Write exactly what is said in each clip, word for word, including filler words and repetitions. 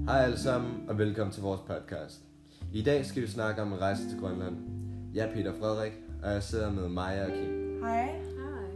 Hej alle sammen, og velkommen til vores podcast. I dag skal vi snakke om en rejse til Grønland. Jeg er Peter Frederik, og jeg sidder med Maja og Kim. Hej. Hej.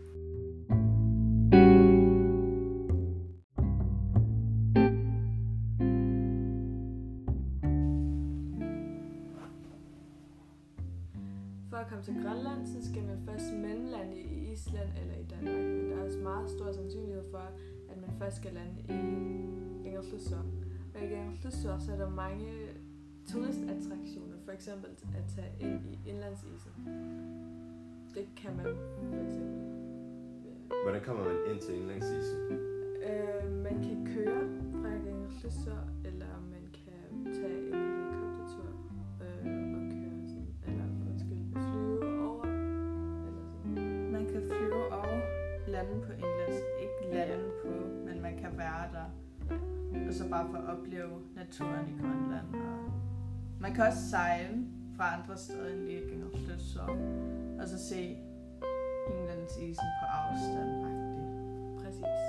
For at komme til Grønland, så skal man først mellemlande i Island eller i Danmark. Men der er også meget stor sandsynlighed for, at man først skal lande i Engersløsør. Og i Engersløsør, så er der mange turistattraktioner, for eksempel at tage ind i indlandsisen. Det kan man for eksempel. Hvordan kommer man ind til indlandsisen? Øh, man kan køre fra Engersløsør, eller man kan tage en helikoptertur øh, og køre sådan, eller undskyld, flyve over, eller sådan. Man kan flyve og lande på indlands. Ikke lande Ja. på, men man kan være der. Og så bare for at opleve naturen i Grønland. Og man kan også sejle fra andre steder end lige Engersløsør. Og så se indlandsisen på afstand. Præcis.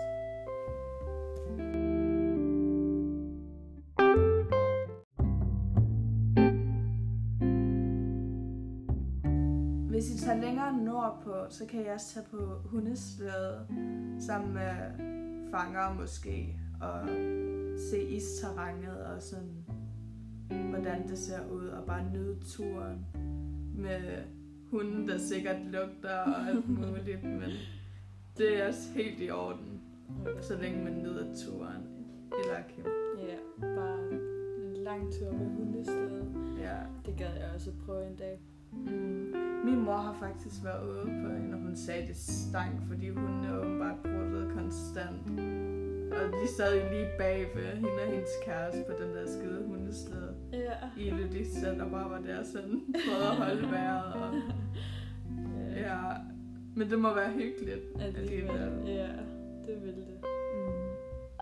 Hvis I tager længere nordpå, så kan jeg også tage på hundeslæde sammen med fanger måske, og se isterrænet og sådan, hvordan det ser ud, og bare nyde turen med hunden, der sikkert lugter og alt muligt, men det er også helt i orden, så længe man nyder turen. Eller Kim? Ja, bare en lang tur med hundeslæde. Ja. Det gad jeg også prøve en dag. Mm. Min mor har faktisk været ude på en, og hun sagde, det stank, fordi hunden er åbenbart bruttet konstant. Og de sad jo lige bagved hende og hendes kæreste på den der skide hundeslæde. Ja. I det, de sad og bare var der sådan, prøvede at holde vejret. Og, ja, men det må være hyggeligt alligevel. Ja, det vil det. Mm.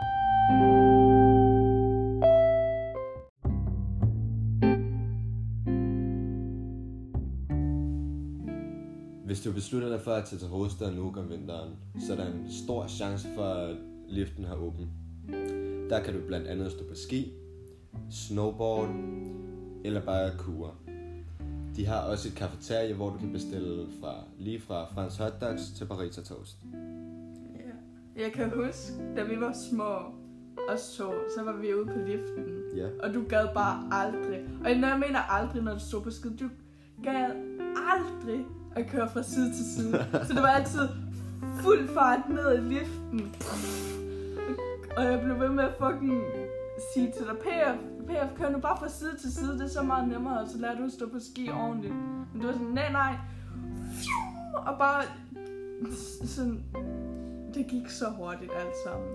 Hvis du beslutter dig for at tage til hovedstaden Nuuk om vinteren, så er der en stor chance for, at liften har åben. Der kan du blandt andet stå på ski, snowboard eller bare kure. De har også et kafeterie, hvor du kan bestille fra, lige fra Frans hotdogs til Pariser toast. Ja. Jeg kan huske, da vi var små og så, så var vi ude på liften. Ja. Og du gad bare aldrig. Og når jeg mener aldrig, når du stod på skid, du gad aldrig at køre fra side til side. Så det var altid fuld fart ned i liften. Og jeg blev ved med at fucking sige til dig, P F, P F, kør nu bare fra side til side, det er så meget nemmere, og så lader du at stå på ski ordentligt. Men du var sådan, nej, nej. Og bare sådan, det gik så hurtigt alt sammen.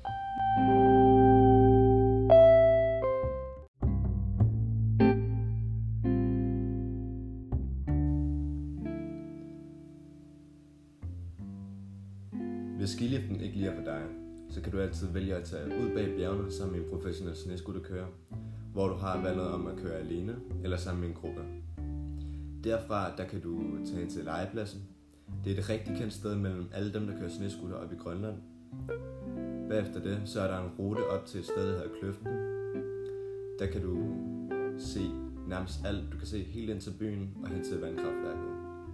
Hvis skiliften ikke lige er for dig, så kan du altid vælge at tage ud bag bjergene sammen med en professionel snescooterkører, hvor du har valget om at køre alene eller sammen med en gruppe. Derfra der kan du tage ind til legepladsen. Det er et rigtig kendt sted mellem alle dem, der kører snescooter op i Grønland. Bagefter det, så er der en rute op til et sted, der hedder Kløften. Der kan du se nærmest alt. Du kan se helt ind til byen og hen til vandkraftværket.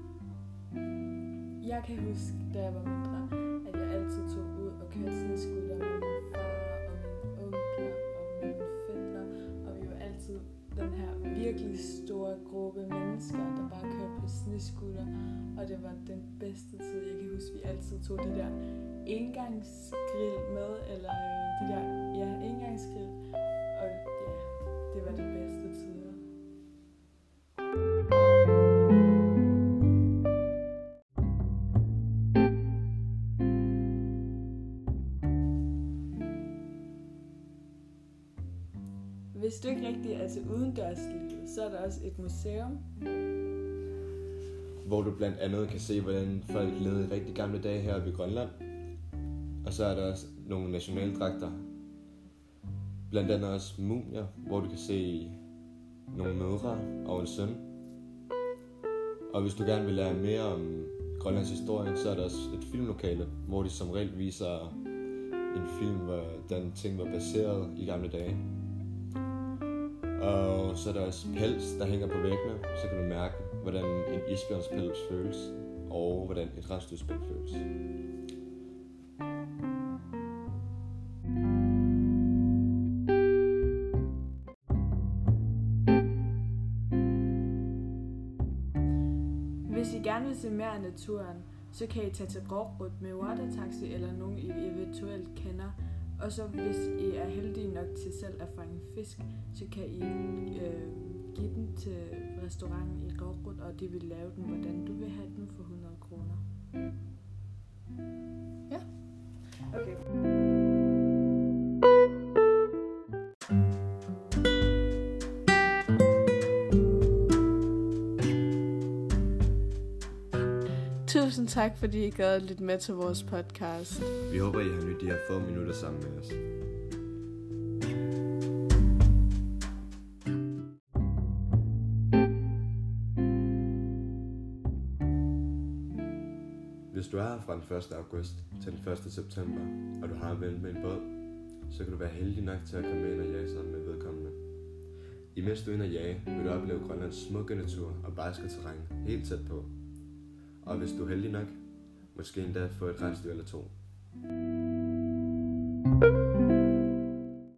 Jeg kan huske, da jeg var mindre, at jeg altid tog ud og kørte snescooter med min far og mine onkler og med mine fætter. Og vi var altid den her virkelig store gruppe mennesker, der bare kørte på snescooter. Og det var den bedste tid. Jeg kan huske, at vi altid tog de der engangsgrill med, eller øh, de der, ja, engangsgrill. Og ja, det var de bedste tider. Hvis du ikke rigtig er til udendørslivet, så er der også et museum. Hvor du blandt andet kan se, hvordan folk levede i rigtig gamle dage heroppe i Grønland. Og så er der også nogle nationaldragter. Blandt andet også mumier, hvor du kan se nogle mødre og en søn. Og hvis du gerne vil lære mere om Grønlands historie, så er der også et filmlokale, hvor de som regel viser en film, hvor den ting var baseret i gamle dage. Og så er der også pels, der hænger på væggene, så kan du mærke, hvordan en isbjørns pels føles, og hvordan et rensdyrspil føles. Hvis I gerne vil se mere af naturen, så kan I tage til Rårut med watertaxi eller nogen I eventuelt kender. Og så hvis I er heldige nok til selv at fange fisk, så kan I øh, give den til restauranten i Rårut, og de vil lave den, hvordan du vil have den for hundrede kroner. Ja. Okay. Tusind tak, fordi I gad lidt med til vores podcast. Vi håber, I har nydt de her få minutter sammen med os. Hvis du er her fra den første august til den første september, og du har en ven med en båd, så kan du være heldig nok til at komme ind og jage sammen med vedkommende. Imens du er inde og jage, vil du opleve Grønlands smukke natur og barske terræn helt tæt på. Og hvis du er heldig nok, måske endda få et rensdyr eller to.